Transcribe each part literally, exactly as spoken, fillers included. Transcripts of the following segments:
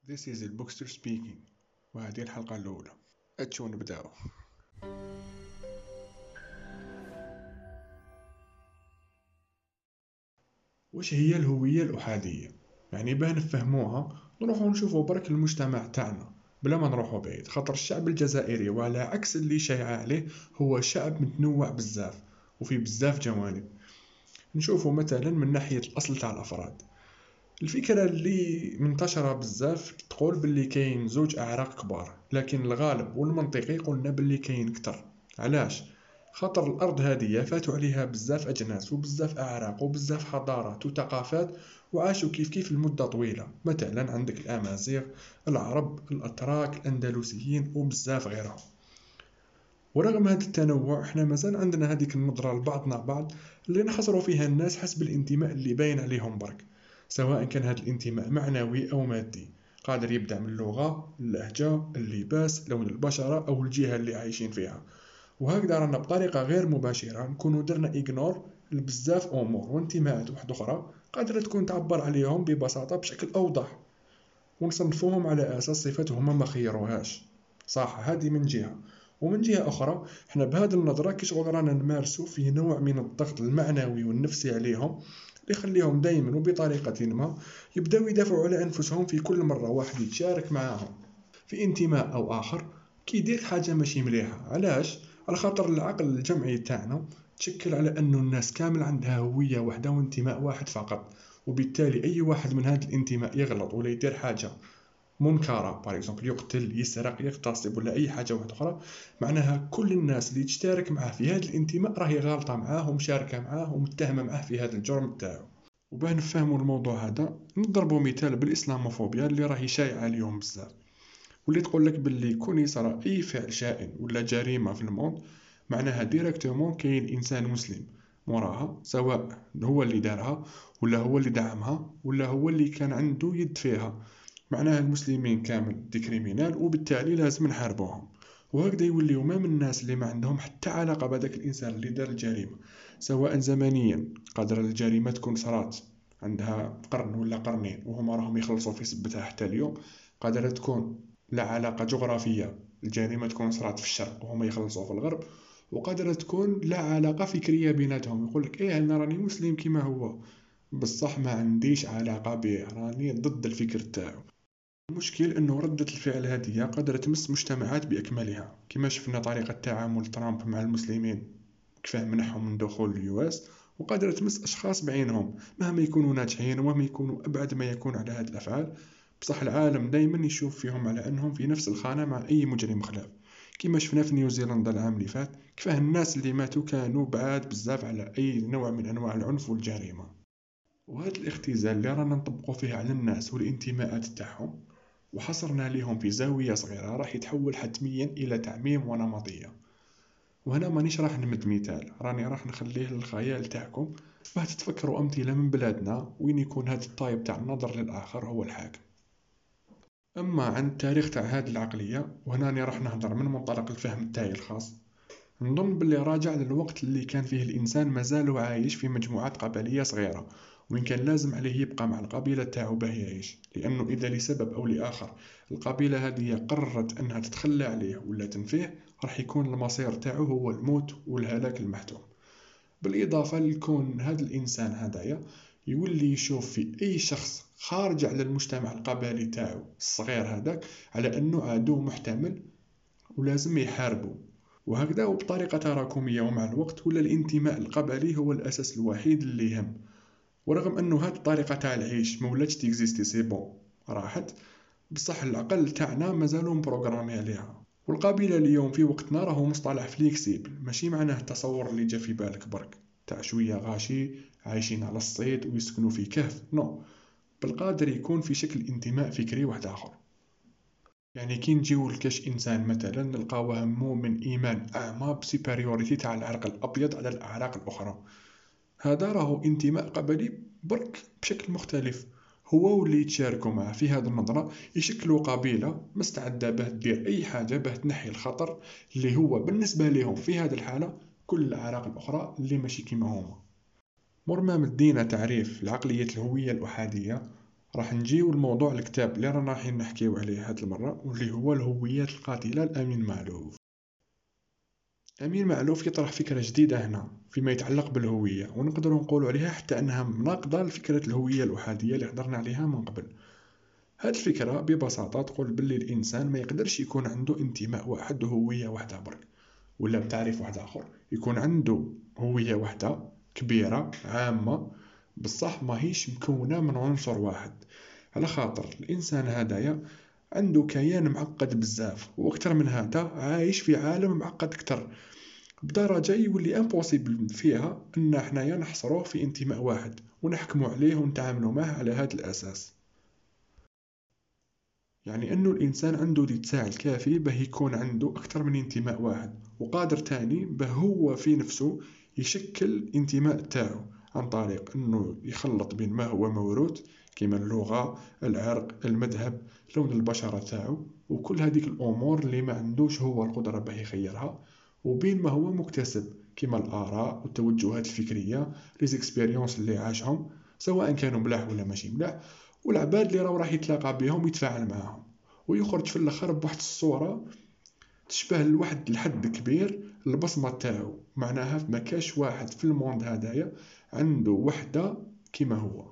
This is البوكستر speaking، وهذه الحلقة الأولى. أتشو نبداو. وش هي الهوية الأحادية؟ يعني باه نفهموها نروحو نشوفو برك المجتمع تاعنا بلا ما نروحو بعيد، خاطر الشعب الجزائري وعلى عكس اللي شايع عليه هو شعب متنوع بزاف وفي بزاف جوانب. نشوفو مثلا من ناحية الأصل تاع الأفراد، الفكرة اللي منتشرة بزاف تقول باللي كاين زوج أعراق كبار، لكن الغالب والمنطقي قلنا باللي كاين كتر. علاش؟ خاطر الأرض هذه فاتوا عليها بزاف أجناس وبزاف أعراق وبزاف حضارات وثقافات وعاشوا كيف كيف لمدة طويلة. مثلا عندك الأمازيغ، العرب، الأتراك، الأندلسيين وبزاف غيرهم. ورغم هذا التنوع احنا مازال عندنا هذيك النظرة لبعضنا بعض اللي نحصروا فيها الناس حسب الانتماء اللي باين عليهم برك، سواء كان هذا الانتماء معنوي أو مادي، قادر يبدأ من اللغة، اللهجة، اللباس، لون البشرة أو الجهة اللي عايشين فيها. وهكذا رانا بطريقة غير مباشرة نكونوا درنا إيجنور لبزاف أمور وانتماءات واحدة أخرى قادرة تكون تعبر عليهم ببساطة بشكل أوضح، ونصنفوهم على أساس صفات هما ما خيروهاش. صح، هذه من جهة. ومن جهة أخرى احنا بهذه النظرة كي شغل رانا نمارسو في نوع من الضغط المعنوي والنفسي عليهم اللي يخليهم دايما وبطريقة ما يبداو يدافعوا على أنفسهم في كل مرة واحد يتشارك معاهم في انتماء أو آخر كي يدير حاجة ماشي مليحة. علاش؟ على خاطر العقل الجمعي تاعنا تشكل على أنه الناس كامل عندها هوية واحدة وانتماء واحد فقط، وبالتالي أي واحد من هذا الانتماء يغلط ولا يدير حاجة منكرة، باغ اكزومبل يقتل، يسرق، يغتصب ولا اي حاجه واحده اخرى، معناها كل الناس اللي تشترك معاه في هذا الانتماء راهي غالطه معاه ومشاركه معاه ومتهمه معاه في هذا الجرم تاعو. وباه نفهموا الموضوع هذا نضربوا مثال بالاسلاموفوبيا اللي راهي شايعه اليوم بزاف، واللي تقول لك باللي كون يصرى اي فعل شائن ولا جريمه في الموند معناها ديريكتومون كاين انسان مسلم موراها، سواء هو اللي دارها ولا هو اللي دعمها ولا هو اللي كان عنده يد فيها، معناها المسلمين كامل دي كريمينال وبالتالي لازم نحاربوهم. وهكذا يوليو ما من الناس اللي ما عندهم حتى علاقة بهذاك الإنسان اللي دار الجريمة، سواء زمنيا قادر الجريمة تكون صرات عندها قرن ولا قرنين وهما راهم يخلصوا في سبتها حتى اليوم، قادرة تكون لا علاقة جغرافية، الجريمة تكون صرات في الشرق وهما يخلصوا في الغرب، وقادرة تكون لا علاقة فكرية بيناتهم، يقولك ايه انا راني مسلم كيما هو بصح ما عنديش علاقة به، راني ضد الفكر تاعو. المشكل انه ردة الفعل هذه قادرة تمس مجتمعات بأكملها، كما شفنا طريقة تعامل ترامب مع المسلمين كيفاه منحهم من دخول اليو اس، وقادرة تمس أشخاص بعينهم مهما يكونوا ناجحين ومهما يكونوا أبعد ما يكون على هذه الأفعال، بصح العالم دايما يشوف فيهم على أنهم في نفس الخانة مع أي مجرم خلاف، كما شفنا في نيوزيلندا العام اللي فات كيفاه الناس اللي ماتوا كانوا بعاد بزاف على أي نوع من أنواع العنف والجريمة. وهذا الاختزال اللي رانا نطبقو فيه على الناس والانتماءات تاعهم وحصرنا ليهم في زاوية صغيرة راح يتحول حتميا إلى تعميم ونمطية. وهنا مانيش راح نمد مثال، راني راح نخليه للخيال تاعكم باه تتفكروا أمثلة من بلادنا وين يكون هذا الطايب تاع النظر للآخر هو الحاكم. أما عن التاريخ تاع هذه العقلية، وهنا راح نهضر من منطلق الفهم تاعي الخاص، نظن باللي راجع للوقت اللي كان فيه الإنسان مازال عايش في مجموعات قبلية صغيرة، وإن كان لازم عليه يبقى مع القبيلة تاعو باه يعيش، لأنه إذا لسبب أو لآخر القبيلة هذه قررت أنها تتخلى عليه ولا تنفيه راح يكون المصير تاعو هو الموت والهلاك المحتوم. بالإضافة لكون هذا الإنسان هدايا يولي يشوف في أي شخص خارج على المجتمع القبلي تاعو الصغير هذاك على أنه عدو محتمل ولازم يحاربه، وهكذا وبطريقة تراكمية. ومع الوقت ولا الانتماء القبلي هو الأساس الوحيد اللي يهم، ورغم أنه هاد الطريقة تاع العيش مولاتش تيكزيستي سي بون راحت، بصح العقل تاعنا مازالو مبروغرامي عليها. والقبيلة اليوم في وقتنا راهو مصطلح فليكسيبل، ماشي معناه التصور اللي جا في بالك برك تاع شوية غاشي عايشين على الصيد ويسكنوا في كهف، نو، بل قادر يكون في شكل انتماء فكري واحد آخر. يعني كي نجيو لكاش انسان مثلا نلقاوه مؤمن ايمان اعمى بسيبريوريتي تاع العرق الابيض على الاعراق الاخرى، هذا راهو انتماء قبلي برك بشكل مختلف. هو واللي يتشاركوا معه في هذه النظرة يشكلوا قبيلة مستعدة باه دير اي حاجة باه تنحي الخطر اللي هو بالنسبة لهم في هذه الحالة كل الاعراق الاخرى اللي ماشي كيما هما. مر ما مدينا تعريف لعقلية الهوية الأحادية، راح نجيو لموضوع الكتاب اللي رانا رايحين نحكيو عليه هاد المرة، واللي هو الهويات القاتلة لأمين معلوف. أمين معلوف يطرح فكرة جديدة هنا فيما يتعلق بالهوية، ونقدر نقول عليها حتى أنها مناقضة لفكرة الهوية الأحادية اللي حضرنا عليها من قبل. هاد الفكرة ببساطة تقول باللي الإنسان ما يقدرش يكون عنده انتماء واحد وهوية واحدة برك، ولا بتعريف واحد آخر يكون عنده هوية واحدة كبيرة عامة، بصح ماهيش مكونة من عنصر واحد. على خاطر الإنسان هدايا عنده كيان معقد بزاف، واكثر من هذا عايش في عالم معقد اكثر، بدرجة يولي امبوسيبل فيها ان حنايا نحصروه في انتماء واحد ونحكموا عليه ونتعاملوا معه على هذا الاساس. يعني انه الانسان عنده الاتساع الكافي به يكون عنده اكثر من انتماء واحد، وقادر تاني به هو في نفسه يشكل الانتماء تاعو عن طريق انه يخلط بين ما هو موروث كيما اللغة، العرق، المذهب، لون البشرة تاعو، وكل هذيك الامور اللي ما عندوش هو القدرة به يغيرها، وبين ما هو مكتسب كيما الاراء والتوجهات الفكرية، لي اكسبيريونس اللي عاشهم سواء كانوا ملاح ولا ماشي ملاح، والعباد اللي راهو راح يتلاقى بهم ويتفاعل معاهم، ويخرج في الاخر بواحد الصورة تشبه لواحد الحد كبير البصمة تاعو. معناها ما كاش واحد في الموند هدايا عنده وحدة كيما هو.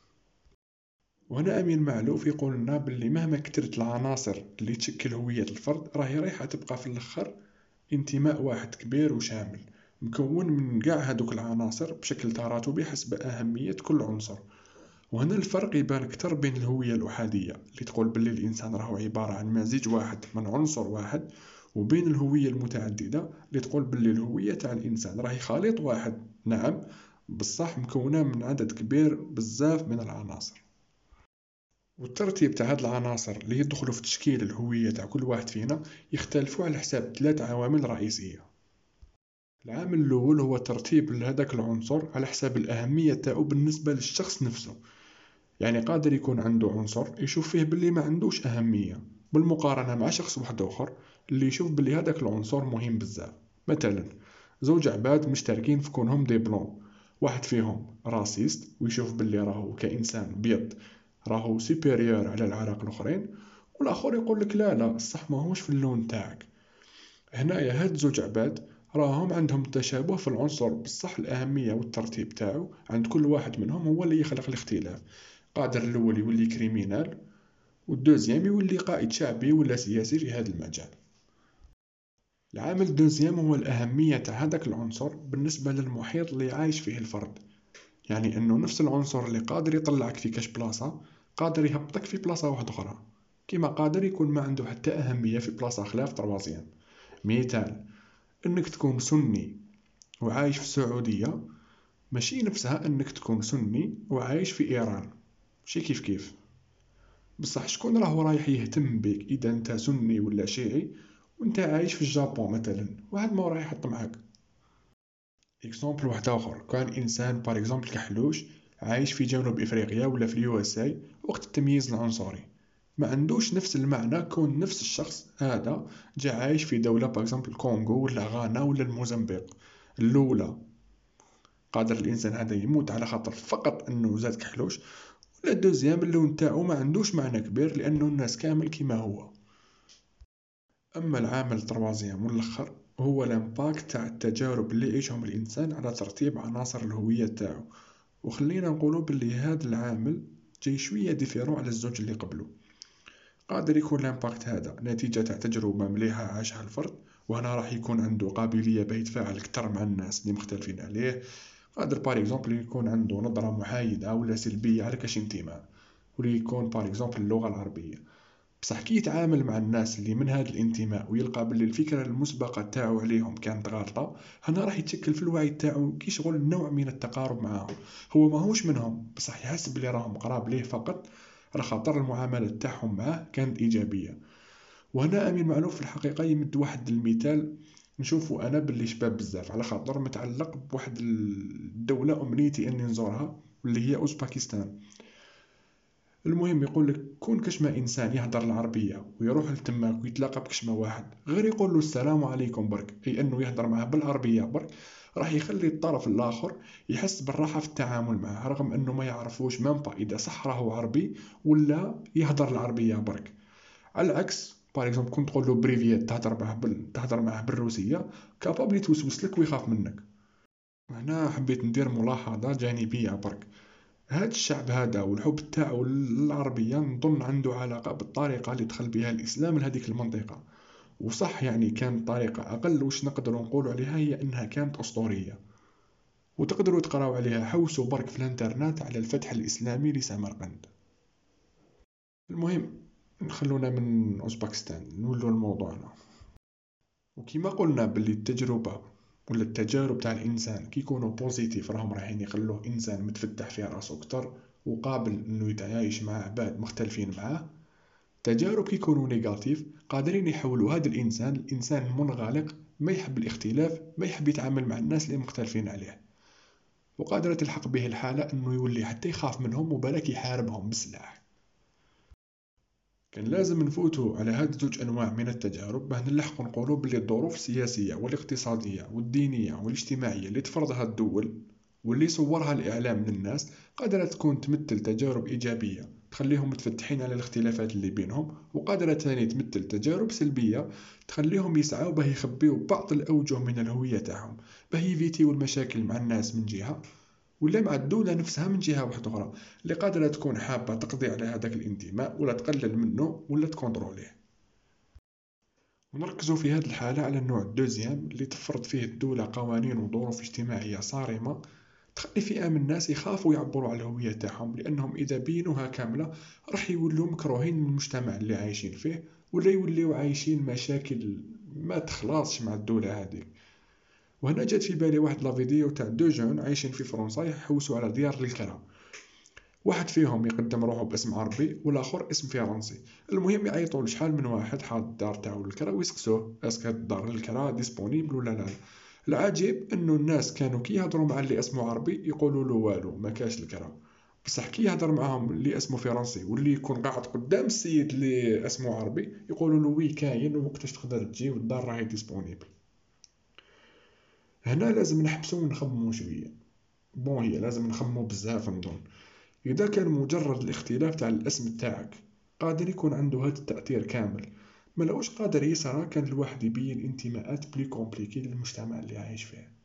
وهنا أمين معلوف يقول لنا باللي مهما كترت العناصر اللي تشكل هوية الفرد راهي رايحة تبقى في الأخر انتماء واحد كبير وشامل مكون من قاع هذوك العناصر بشكل تراتبي حسب أهمية كل عنصر. وهنا الفرق يبان أكثر بين الهوية الأحادية اللي تقول باللي الإنسان راهو عبارة عن مزيج واحد من عنصر واحد، وبين الهوية المتعددة اللي تقول باللي الهوية تاع الإنسان راهي خليط واحد، نعم، بصح مكونة من عدد كبير بزاف من العناصر. والترتيب تاع هاد العناصر اللي يدخلوا في تشكيل الهوية تاع كل واحد فينا يختلفوا على حساب ثلاث عوامل رئيسية. العامل الأول هو ترتيب لهداك العنصر على حساب الأهمية تاعو بالنسبة للشخص نفسه. يعني قادر يكون عنده عنصر يشوف فيه باللي ما عندوش أهمية بالمقارنة مع شخص واحد آخر اللي يشوف باللي هداك العنصر مهم بزاف. مثلا زوج عباد مشتركين في كونهم دي بلون، واحد فيهم راسيست ويشوف باللي راهو كإنسان بيض راهو سوبيريور على العراق الآخرين، والآخر يقول لك لا لا الصح ماهوش في اللون تاعك. هنايا هاد زوج عباد راهم عندهم تشابه في العنصر، بصح الأهمية والترتيب تاعو عند كل واحد منهم هو اللي يخلق الاختلاف. قادر الأول يولي كريمينال، والدوزيام يولي قائد شعبي ولا سياسي في هذا المجال. العامل الدوزيام هو الأهمية تاع هذاك العنصر بالنسبة للمحيط اللي عايش فيه الفرد. يعني أنه نفس العنصر اللي قادر يطلعك في كاش بلاصة قادر يهبطك في بلاصة واحدة أخرى، كما قادر يكون ما عنده حتى أهمية في بلاصة خلاف تروازيام. مثال أنك تكون سني وعايش في السعودية ماشي نفسها أنك تكون سني وعايش في إيران، ماشي كيف كيف. بصح شكون راهو رايح يهتم بك اذا انت سني ولا شيعي وانت عايش في الجابون مثلا؟ واحد ما راح يحط معاك. اكزامبل واحد اخر، كان انسان بار اكزامبل كحلوش عايش في جنوب افريقيا ولا في اليو اس اي وقت التمييز العنصري، ما عندوش نفس المعنى كون نفس الشخص هذا جا عايش في دولة بار اكزامبل كونغو ولا غانا ولا الموزمبيق الاولى. قادر الانسان هذا يموت على خاطر فقط انه زاد كحلوش، ولا الدوزيام اللون تاعو ما عندوش معنى كبير لانه الناس كامل كيما هو. اما العامل التروازيام والاخر هو الامباكت تاع التجارب اللي يعيشهم الانسان على ترتيب عناصر الهوية تاعو. وخلينا نقولوا باللي هذا العامل جاي شوية ديفيرون على الزوج اللي قبله. قادر يكون الامباكت هذا نتيجة تاع تجربة مليحة عاشها الفرد، وهنا راح يكون عنده قابلية باه يتفاعل اكثر مع الناس اللي مختلفين عليه. قادر بار اكزومبل يكون عنده نظرة محايدة ولا سلبية على كاش انتماء، واللي يكون بار اكزومبل اللغة العربية. بصح كي يتعامل مع الناس اللي من هذا الانتماء ويلقى باللي الفكرة المسبقة تاعو عليهم كانت غلطة، هنا راح يتشكل في الوعي تاعو كي شغل نوع من التقارب معاهم. هو ماهوش منهم بصح يحس بلي راهم قراب ليه فقط على خاطر المعاملة تاعهم معاه كانت إيجابية. وهنا أمين معلوف في الحقيقة يمد واحد المثال نشوفه أنا باللي شباب بزاف على خاطر متعلق بواحد الدولة أمنيتي أني نزورها واللي هي أوزباكستان. المهم يقول لك كون كشما انسان يهدر العربيه ويروح لتماك ويتلاقى بكشما واحد غير يقول له السلام عليكم برك، اي انه يهدر معاه بالعربيه برك، راح يخلي الطرف الآخر يحس بالراحة في التعامل معه، رغم أنه ما يعرفوش ممبا إذا صح راهو عربي ولا يهدر العربية برك. على العكس باغ اكزومبل كنت تقول له بريفيات تهضر معاه بال... تهضر معاه بالروسية، كابابل يتوسوس لك ويخاف منك. هنا حبيت ندير ملاحظة جانبية برك. هاد الشعب هذا والحب تاعو للعربية نظن عنده علاقة بالطريقة اللي دخل بها الإسلام لهذيك المنطقة. وصح يعني كانت طريقة أقل وش نقدروا نقولوا عليها هي أنها كانت أسطورية، وتقدروا تقراو عليها حوسوا برك في الانترنت على الفتح الإسلامي لسمرقند. المهم نخلونا من أوزباكستان نولو لموضوعنا. وكما قلنا باللي التجربة ولا التجارب تاع الانسان كي يكونوا بوزيتيف راهم رايحين يخلوه انسان متفتح في راسو اكتر وقابل انه يتعايش مع عباد مختلفين معاه. تجارب كي يكونوا نيجاتيف قادرين يحولوا هذا الانسان الانسان المنغلق، ما يحب الاختلاف، ما يحب يتعامل مع الناس اللي مختلفين عليه، وقادرة تلحق به الحالة انه يولي حتى يخاف منهم وبلاك يحاربهم بالسلاح. كان لازم نفوتوا على هاد زوج انواع من التجارب باه نلحقوا نقولوا بلي الظروف السياسيه والاقتصاديه والدينيه والاجتماعيه اللي تفرضها الدول واللي صورها الاعلام للناس قادره تكون تمثل تجارب ايجابيه تخليهم متفتحين على الاختلافات اللي بينهم، وقادره ثاني تمثل تجارب سلبيه تخليهم يسعوا باه يخبيوا بعض الاوجه من الهويه تاعهم، باه يفيتيو المشاكل مع الناس من جهه، ولا مع الدولة نفسها من جهة واحدة أخرى اللي قادرة تكون حابة تقضي على هذاك الانتماء ولا تقلل منه ولا تكونتروليه. ونركزوا في هذه الحالة على النوع الدوزيام اللي تفرض فيه الدولة قوانين وظروف اجتماعية صارمة تخلي فئة من الناس يخافوا يعبروا على الهوية تاعهم، لأنهم إذا بينوها كاملة راح يولوا مكروهين من المجتمع اللي عايشين فيه، ولا يوليو عايشين مشاكل ما تخلصش مع الدولة هذه. وهنا جات في بالي واحد لا فيديو تاع دو جون عايشين في فرنسا يحوسوا على ديار للكرا، واحد فيهم يقدم روحه باسم عربي والاخر اسم فرنسي. المهم يعيطوا لشحال من واحد حاط الدار تاعو للكرا ويسقسوه اسك هاد الدار للكرا ديسپونيبل ولا لا. العجيب انه الناس كانوا كي يهضروا مع اللي اسمه عربي يقولوا له والو ما كاش الكرا، بصح كي يهضر معاهم اللي اسمه فرنسي واللي يكون قاعد قدام السيد اللي اسمه عربي يقولوا له وي كاين وقتاش تقدر تجي والدار راهي ديسپونيبل. هنا لازم نحبسوا ونخمموا شويه. بون هي لازم نخمموا بزاف نظن. إذا كان مجرد الاختلاف تاع الاسم تاعك قادر يكون عنده هذا التأثير كامل، ملوش قادر يسرى كان الواحد يبين انتماءات بلي كومبليكي للمجتمع اللي عايش فيه.